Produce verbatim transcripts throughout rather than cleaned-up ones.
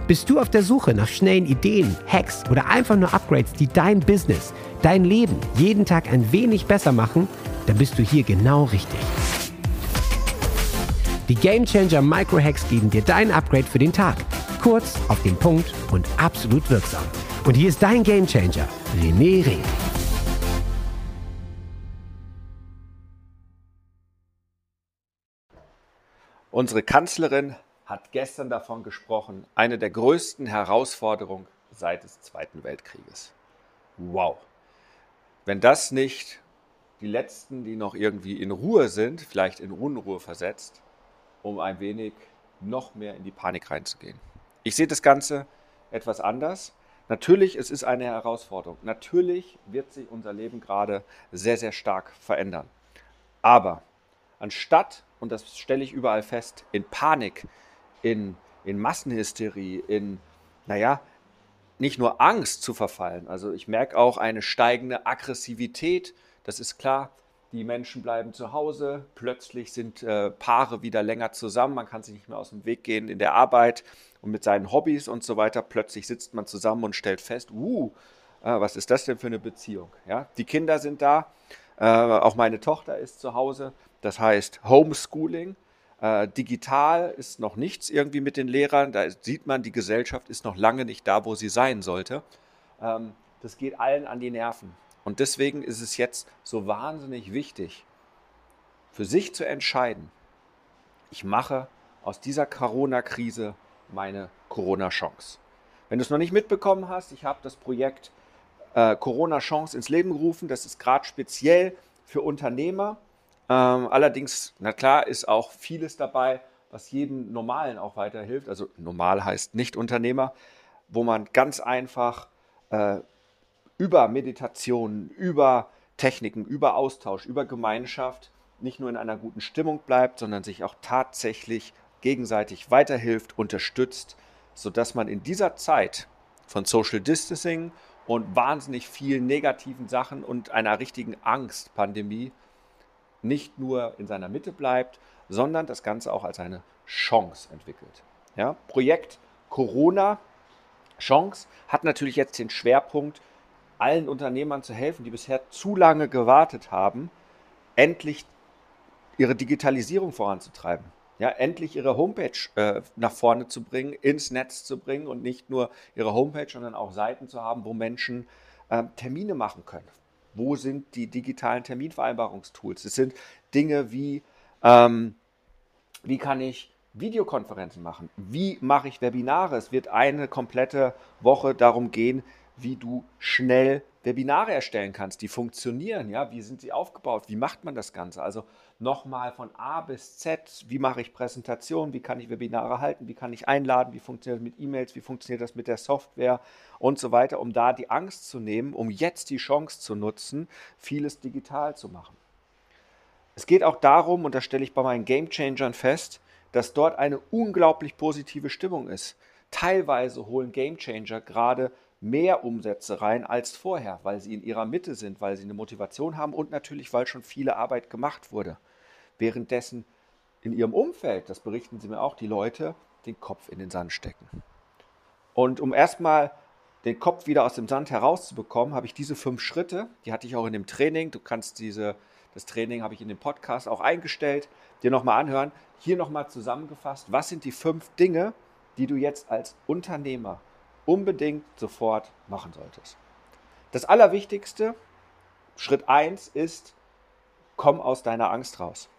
Bist du auf der Suche nach schnellen Ideen, Hacks oder einfach nur Upgrades, die dein Business, dein Leben jeden Tag ein wenig besser machen? Dann bist du hier genau richtig. Die Gamechanger Micro-Hacks geben dir dein Upgrade für den Tag. Kurz, auf den Punkt und absolut wirksam. Und hier ist dein Gamechanger, René Ring. Unsere Kanzlerin hat gestern davon gesprochen, eine der größten Herausforderungen seit des Zweiten Weltkrieges. Wow! Wenn das nicht die Letzten, die noch irgendwie in Ruhe sind, vielleicht in Unruhe versetzt, um ein wenig noch mehr in die Panik reinzugehen. Ich sehe das Ganze etwas anders. Natürlich, es ist eine Herausforderung. Natürlich wird sich unser Leben gerade sehr, sehr stark verändern. Aber anstatt, und das stelle ich überall fest, in Panik, in, in Massenhysterie, in, naja, nicht nur Angst zu verfallen. Also ich merke auch eine steigende Aggressivität. Das ist klar, die Menschen bleiben zu Hause. Plötzlich sind äh, Paare wieder länger zusammen. Man kann sich nicht mehr aus dem Weg gehen in der Arbeit und mit seinen Hobbys und so weiter. Plötzlich sitzt man zusammen und stellt fest, uh, äh, was ist das denn für eine Beziehung? Ja? Die Kinder sind da. Äh, auch meine Tochter ist zu Hause. Das heißt Homeschooling. Äh, digital ist noch nichts irgendwie mit den Lehrern. Da sieht man, die Gesellschaft ist noch lange nicht da, wo sie sein sollte. Ähm, das geht allen an die Nerven. Und deswegen ist es jetzt so wahnsinnig wichtig, für sich zu entscheiden, ich mache aus dieser Corona-Krise meine Corona-Chance. Wenn du es noch nicht mitbekommen hast, ich habe das Projekt äh, Corona-Chance ins Leben gerufen. Das ist gerade speziell für Unternehmer. Ähm, allerdings, na klar, ist auch vieles dabei, was jedem Normalen auch weiterhilft. Also normal heißt nicht Unternehmer, wo man ganz einfach äh, über Meditation, über Techniken, über Austausch, über Gemeinschaft nicht nur in einer guten Stimmung bleibt, sondern sich auch tatsächlich gegenseitig weiterhilft, unterstützt, sodass man in dieser Zeit von Social Distancing und wahnsinnig vielen negativen Sachen und einer richtigen Angstpandemie nicht nur in seiner Mitte bleibt, sondern das Ganze auch als eine Chance entwickelt. Ja? Projekt Corona Chance hat natürlich jetzt den Schwerpunkt, allen Unternehmern zu helfen, die bisher zu lange gewartet haben, endlich ihre Digitalisierung voranzutreiben. Ja, endlich ihre Homepage äh, nach vorne zu bringen, ins Netz zu bringen und nicht nur ihre Homepage, sondern auch Seiten zu haben, wo Menschen äh, Termine machen können. Wo sind die digitalen Terminvereinbarungstools? Es sind Dinge wie, ähm, wie kann ich Videokonferenzen machen? Wie mache ich Webinare? Es wird eine komplette Woche darum gehen, wie du schnell Webinare erstellen kannst, die funktionieren. Ja? Wie sind sie aufgebaut? Wie macht man das Ganze? Also nochmal von A bis Z, wie mache ich Präsentationen? Wie kann ich Webinare halten? Wie kann ich einladen? Wie funktioniert das mit E-Mails? Wie funktioniert das mit der Software? Und so weiter, um da die Angst zu nehmen, um jetzt die Chance zu nutzen, vieles digital zu machen. Es geht auch darum, und das stelle ich bei meinen Gamechangern fest, dass dort eine unglaublich positive Stimmung ist. Teilweise holen Gamechanger gerade mehr Umsätze rein als vorher, weil sie in ihrer Mitte sind, weil sie eine Motivation haben und natürlich, weil schon viele Arbeit gemacht wurde. Währenddessen in ihrem Umfeld, das berichten sie mir auch, die Leute den Kopf in den Sand stecken. Und um erstmal den Kopf wieder aus dem Sand herauszubekommen, habe ich diese fünf Schritte, die hatte ich auch in dem Training, du kannst diese, das Training habe ich in dem Podcast auch eingestellt, dir nochmal anhören, hier nochmal zusammengefasst, was sind die fünf Dinge, die du jetzt als Unternehmer unbedingt sofort machen solltest. Das Allerwichtigste, Schritt eins ist, komm aus deiner Angst raus.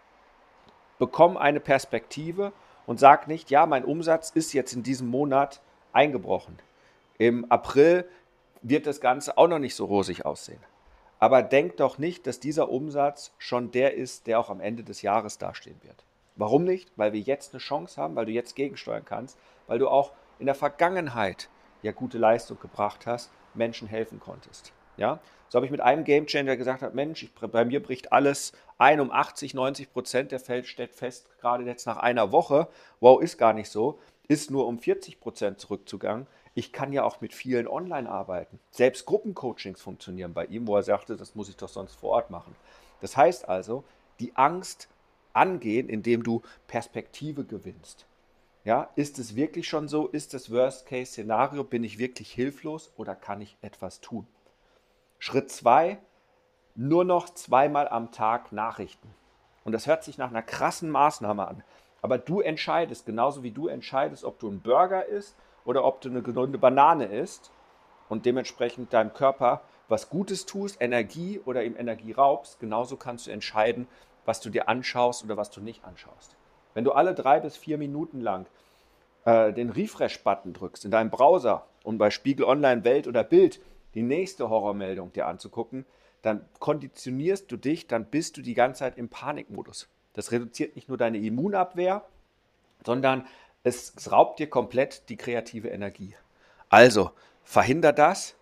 Bekomm eine Perspektive und sag nicht, ja, mein Umsatz ist jetzt in diesem Monat eingebrochen. Im April wird das Ganze auch noch nicht so rosig aussehen. Aber denk doch nicht, dass dieser Umsatz schon der ist, der auch am Ende des Jahres dastehen wird. Warum nicht? Weil wir jetzt eine Chance haben, weil du jetzt gegensteuern kannst, weil du auch in der Vergangenheit ja gute Leistung gebracht hast, Menschen helfen konntest. Ja? So habe ich mit einem Gamechanger gesagt, Mensch, ich, bei mir bricht alles ein um achtzig, neunzig Prozent, der Feld steht fest, gerade jetzt nach einer Woche, wow, ist gar nicht so, ist nur um vierzig Prozent zurückgegangen. Ich kann ja auch mit vielen online arbeiten. Selbst Gruppencoachings funktionieren bei ihm, wo er sagte, das muss ich doch sonst vor Ort machen. Das heißt also, die Angst angehen, indem du Perspektive gewinnst. Ja, ist es wirklich schon so? Ist das Worst-Case-Szenario? Bin ich wirklich hilflos oder kann ich etwas tun? Schritt zwei, nur noch zweimal am Tag Nachrichten. Und das hört sich nach einer krassen Maßnahme an. Aber du entscheidest, genauso wie du entscheidest, ob du einen Burger isst oder ob du eine gesunde Banane isst und dementsprechend deinem Körper was Gutes tust, Energie oder ihm Energie raubst, genauso kannst du entscheiden, was du dir anschaust oder was du nicht anschaust. Wenn du alle drei bis vier Minuten lang äh, den Refresh-Button drückst in deinem Browser, um bei Spiegel Online, Welt oder Bild die nächste Horrormeldung dir anzugucken, dann konditionierst du dich, dann bist du die ganze Zeit im Panikmodus. Das reduziert nicht nur deine Immunabwehr, sondern es, es raubt dir komplett die kreative Energie. Also, verhinder das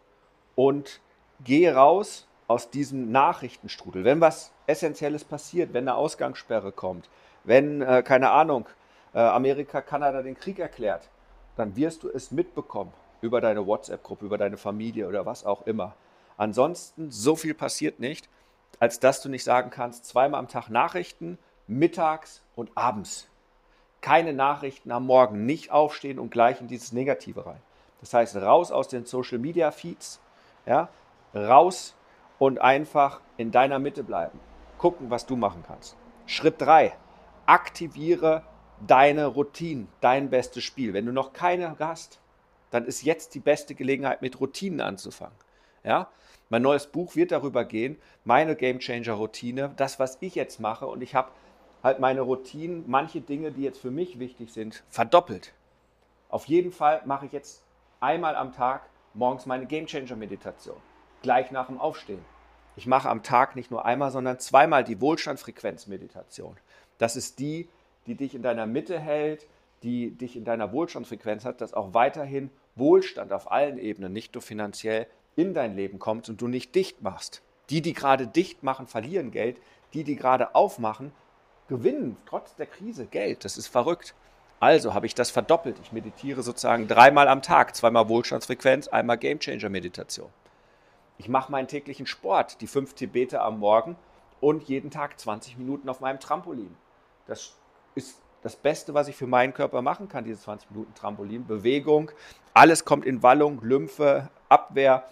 und gehe raus aus diesem Nachrichtenstrudel. Wenn was Essentielles passiert, wenn eine Ausgangssperre kommt, wenn, äh, keine Ahnung, äh, Amerika, Kanada den Krieg erklärt, dann wirst du es mitbekommen über deine WhatsApp-Gruppe, über deine Familie oder was auch immer. Ansonsten, so viel passiert nicht, als dass du nicht sagen kannst, zweimal am Tag Nachrichten, mittags und abends. Keine Nachrichten am Morgen, nicht aufstehen und gleich in dieses Negative rein. Das heißt, raus aus den Social-Media-Feeds, ja, raus und einfach in deiner Mitte bleiben. Gucken, was du machen kannst. Schritt drei, aktiviere deine Routinen, dein bestes Spiel. Wenn du noch keine hast, dann ist jetzt die beste Gelegenheit, mit Routinen anzufangen. Ja? Mein neues Buch wird darüber gehen, meine Game-Changer-Routine, das, was ich jetzt mache. Und ich habe halt meine Routinen, manche Dinge, die jetzt für mich wichtig sind, verdoppelt. Auf jeden Fall mache ich jetzt einmal am Tag morgens meine Game-Changer-Meditation, gleich nach dem Aufstehen. Ich mache am Tag nicht nur einmal, sondern zweimal die Wohlstandsfrequenz-Meditation. Das ist die, die dich in deiner Mitte hält, die dich in deiner Wohlstandsfrequenz hat, dass auch weiterhin Wohlstand auf allen Ebenen, nicht nur finanziell, in dein Leben kommt und du nicht dicht machst. Die, die gerade dicht machen, verlieren Geld. Die, die gerade aufmachen, gewinnen trotz der Krise Geld. Das ist verrückt. Also habe ich das verdoppelt. Ich meditiere sozusagen dreimal am Tag, zweimal Wohlstandsfrequenz, einmal Gamechanger-Meditation. Ich mache meinen täglichen Sport, die fünf Tibeter am Morgen und jeden Tag zwanzig Minuten auf meinem Trampolin. Das ist das Beste, was ich für meinen Körper machen kann, diese zwanzig Minuten Trampolin. Bewegung, alles kommt in Wallung, Lymphe, Abwehr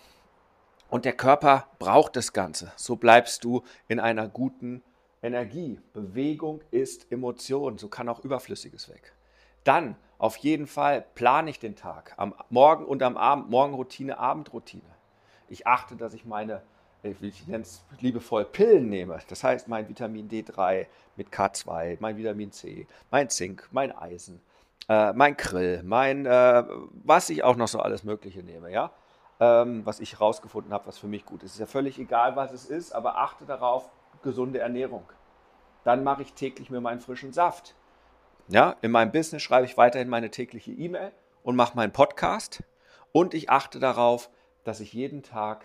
und der Körper braucht das Ganze. So bleibst du in einer guten Energie. Bewegung ist Emotion, so kann auch Überflüssiges weg. Dann auf jeden Fall plane ich den Tag, am Morgen und am Abend, Morgenroutine, Abendroutine. Ich achte, dass ich meine, ich nenne es liebevoll, Pillen nehme. Das heißt, mein Vitamin D drei mit K zwei, mein Vitamin C, mein Zink, mein Eisen, äh, mein Krill, mein, äh, was ich auch noch so alles Mögliche nehme, ja. Ähm, was ich rausgefunden habe, was für mich gut ist. Es ist ja völlig egal, was es ist, aber achte darauf, gesunde Ernährung. Dann mache ich täglich mir meinen frischen Saft. Ja, in meinem Business schreibe ich weiterhin meine tägliche E-Mail und mache meinen Podcast. Und ich achte darauf, dass ich jeden Tag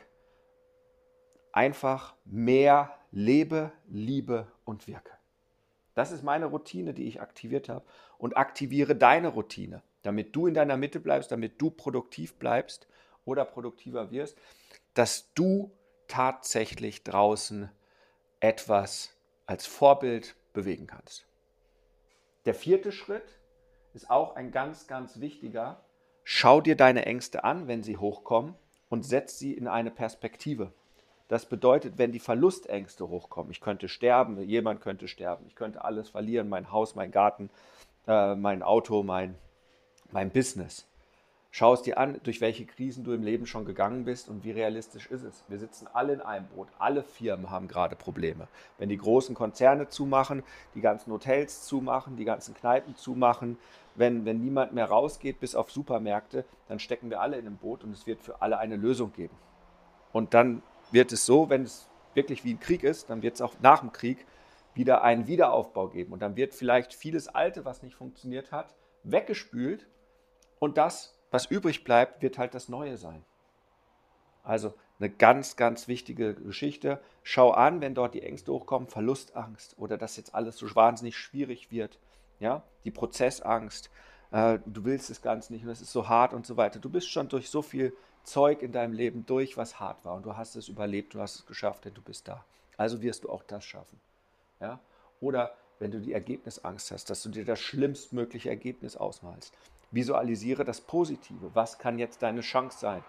einfach mehr lebe, liebe und wirke. Das ist meine Routine, die ich aktiviert habe. Und aktiviere deine Routine, damit du in deiner Mitte bleibst, damit du produktiv bleibst oder produktiver wirst, dass du tatsächlich draußen etwas als Vorbild bewegen kannst. Der vierte Schritt ist auch ein ganz, ganz wichtiger. Schau dir deine Ängste an, wenn sie hochkommen, und setz sie in eine Perspektive. Das bedeutet, wenn die Verlustängste hochkommen, ich könnte sterben, jemand könnte sterben, ich könnte alles verlieren, mein Haus, mein Garten, äh, mein Auto, mein, mein Business. Schau es dir an, durch welche Krisen du im Leben schon gegangen bist und wie realistisch ist es. Wir sitzen alle in einem Boot, alle Firmen haben gerade Probleme. Wenn die großen Konzerne zumachen, die ganzen Hotels zumachen, die ganzen Kneipen zumachen, wenn, wenn niemand mehr rausgeht bis auf Supermärkte, dann stecken wir alle in einem Boot und es wird für alle eine Lösung geben. Und dann wird es so, wenn es wirklich wie ein Krieg ist, dann wird es auch nach dem Krieg wieder einen Wiederaufbau geben. Und dann wird vielleicht vieles Alte, was nicht funktioniert hat, weggespült und das, was übrig bleibt, wird halt das Neue sein. Also eine ganz, ganz wichtige Geschichte. Schau an, wenn dort die Ängste hochkommen, Verlustangst oder dass jetzt alles so wahnsinnig schwierig wird. Ja? Die Prozessangst, äh, du willst es ganz nicht und es ist so hart und so weiter. Du bist schon durch so viel Zeug in deinem Leben durch, was hart war und du hast es überlebt, du hast es geschafft, denn du bist da. Also wirst du auch das schaffen. Ja? Oder wenn du die Ergebnisangst hast, dass du dir das schlimmstmögliche Ergebnis ausmalst. Visualisiere das Positive. Was kann jetzt deine Chance sein?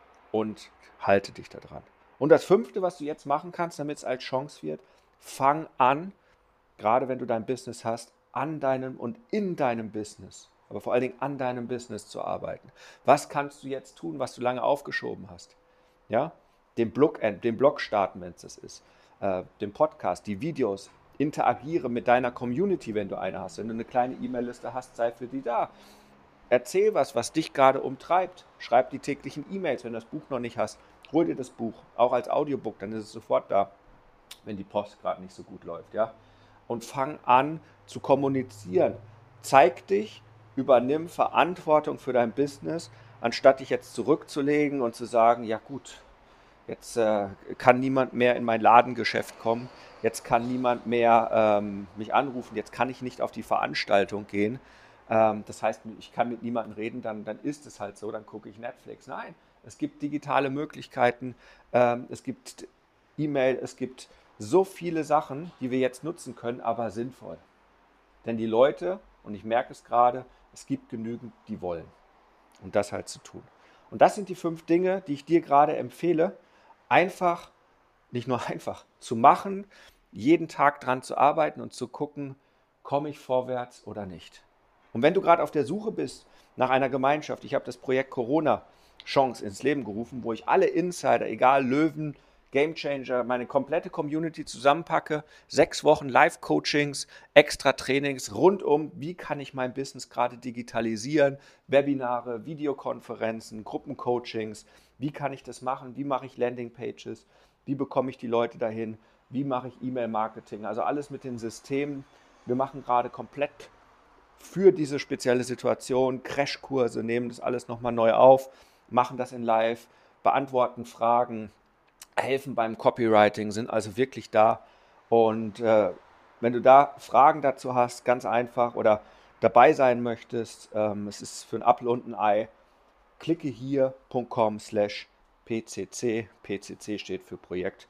Und halte dich da dran. Und das Fünfte, was du jetzt machen kannst, damit es als Chance wird, fang an, gerade wenn du dein Business hast, an deinem und in deinem Business, aber vor allen Dingen an deinem Business zu arbeiten. Was kannst du jetzt tun, was du lange aufgeschoben hast? Ja? Den Blog, äh, den Blog starten, wenn es das ist, äh, den Podcast, die Videos, interagiere mit deiner Community, wenn du eine hast. Wenn du eine kleine E-Mail-Liste hast, sei für die da. Erzähl was, was dich gerade umtreibt. Schreib die täglichen E-Mails, wenn du das Buch noch nicht hast. Hol dir das Buch, auch als Audiobook, dann ist es sofort da, wenn die Post gerade nicht so gut läuft. Ja? Und fang an zu kommunizieren. Zeig dich, übernimm Verantwortung für dein Business, anstatt dich jetzt zurückzulegen und zu sagen, ja gut, jetzt äh, kann niemand mehr in mein Ladengeschäft kommen, jetzt kann niemand mehr ähm, mich anrufen, jetzt kann ich nicht auf die Veranstaltung gehen. Ähm, das heißt, ich kann mit niemandem reden, dann, dann ist es halt so, dann gucke ich Netflix. Nein, es gibt digitale Möglichkeiten, ähm, es gibt E-Mail, es gibt so viele Sachen, die wir jetzt nutzen können, aber sinnvoll. Denn die Leute, und ich merke es gerade, es gibt genügend, die wollen. Und das halt zu tun. Und das sind die fünf Dinge, die ich dir gerade empfehle, einfach, nicht nur einfach, zu machen, jeden Tag dran zu arbeiten und zu gucken, komme ich vorwärts oder nicht. Und wenn du gerade auf der Suche bist nach einer Gemeinschaft, ich habe das Projekt Corona Chance ins Leben gerufen, wo ich alle Insider, egal Löwen, Gamechanger, meine komplette Community zusammenpacke, sechs Wochen Live-Coachings, extra Trainings rund um, wie kann ich mein Business gerade digitalisieren, Webinare, Videokonferenzen, Gruppencoachings, wie kann ich das machen, wie mache ich Landingpages, wie bekomme ich die Leute dahin, wie mache ich E-Mail-Marketing, also alles mit den Systemen. Wir machen gerade komplett für diese spezielle Situation Crashkurse, nehmen das alles nochmal neu auf, machen das in Live, beantworten Fragen, helfen beim Copywriting, sind also wirklich da. Und äh, wenn du da Fragen dazu hast, ganz einfach, oder dabei sein möchtest, ähm, es ist für ein Apfel und ein Ei, klicke hier punkt com slash P C C. P C C steht für Projekt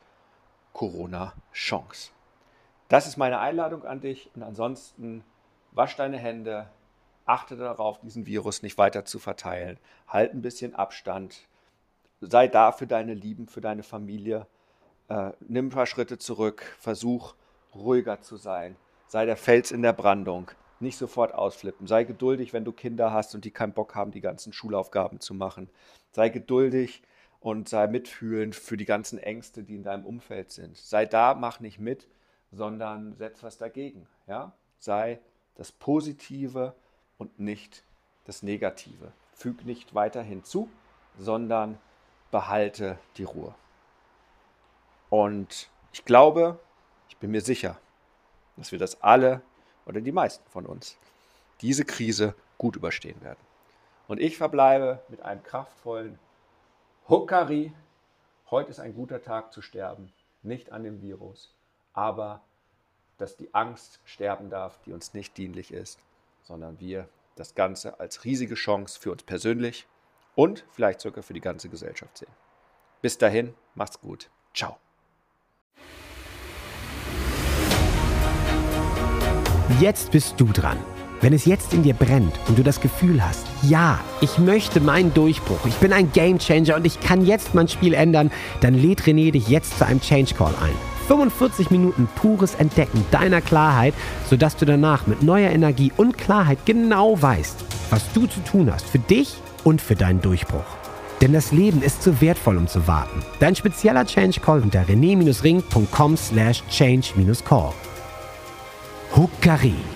Corona Chance. Das ist meine Einladung an dich und ansonsten wasch deine Hände, achte darauf, diesen Virus nicht weiter zu verteilen, halt ein bisschen Abstand, sei da für deine Lieben, für deine Familie, äh, nimm ein paar Schritte zurück, versuch ruhiger zu sein, sei der Fels in der Brandung, nicht sofort ausflippen, sei geduldig, wenn du Kinder hast und die keinen Bock haben, die ganzen Schulaufgaben zu machen, sei geduldig und sei mitfühlend für die ganzen Ängste, die in deinem Umfeld sind. Sei da, mach nicht mit, sondern setz was dagegen. Ja? Sei das Positive und nicht das Negative. Füg nicht weiter hinzu, sondern behalte die Ruhe. Und ich glaube, ich bin mir sicher, dass wir das alle oder die meisten von uns diese Krise gut überstehen werden. Und ich verbleibe mit einem kraftvollen Huckari. Heute ist ein guter Tag zu sterben, nicht an dem Virus, aber dass die Angst sterben darf, die uns nicht dienlich ist, sondern wir das Ganze als riesige Chance für uns persönlich und vielleicht sogar für die ganze Gesellschaft sehen. Bis dahin, macht's gut. Ciao. Jetzt bist du dran. Wenn es jetzt in dir brennt und du das Gefühl hast, ja, ich möchte meinen Durchbruch, ich bin ein Gamechanger und ich kann jetzt mein Spiel ändern, dann lädt René dich jetzt zu einem Change Call ein. fünfundvierzig Minuten pures Entdecken deiner Klarheit, sodass du danach mit neuer Energie und Klarheit genau weißt, was du zu tun hast für dich und für deinen Durchbruch. Denn das Leben ist zu wertvoll, um zu warten. Dein spezieller Change Call unter rené ring punkt com slash change call. Huckari.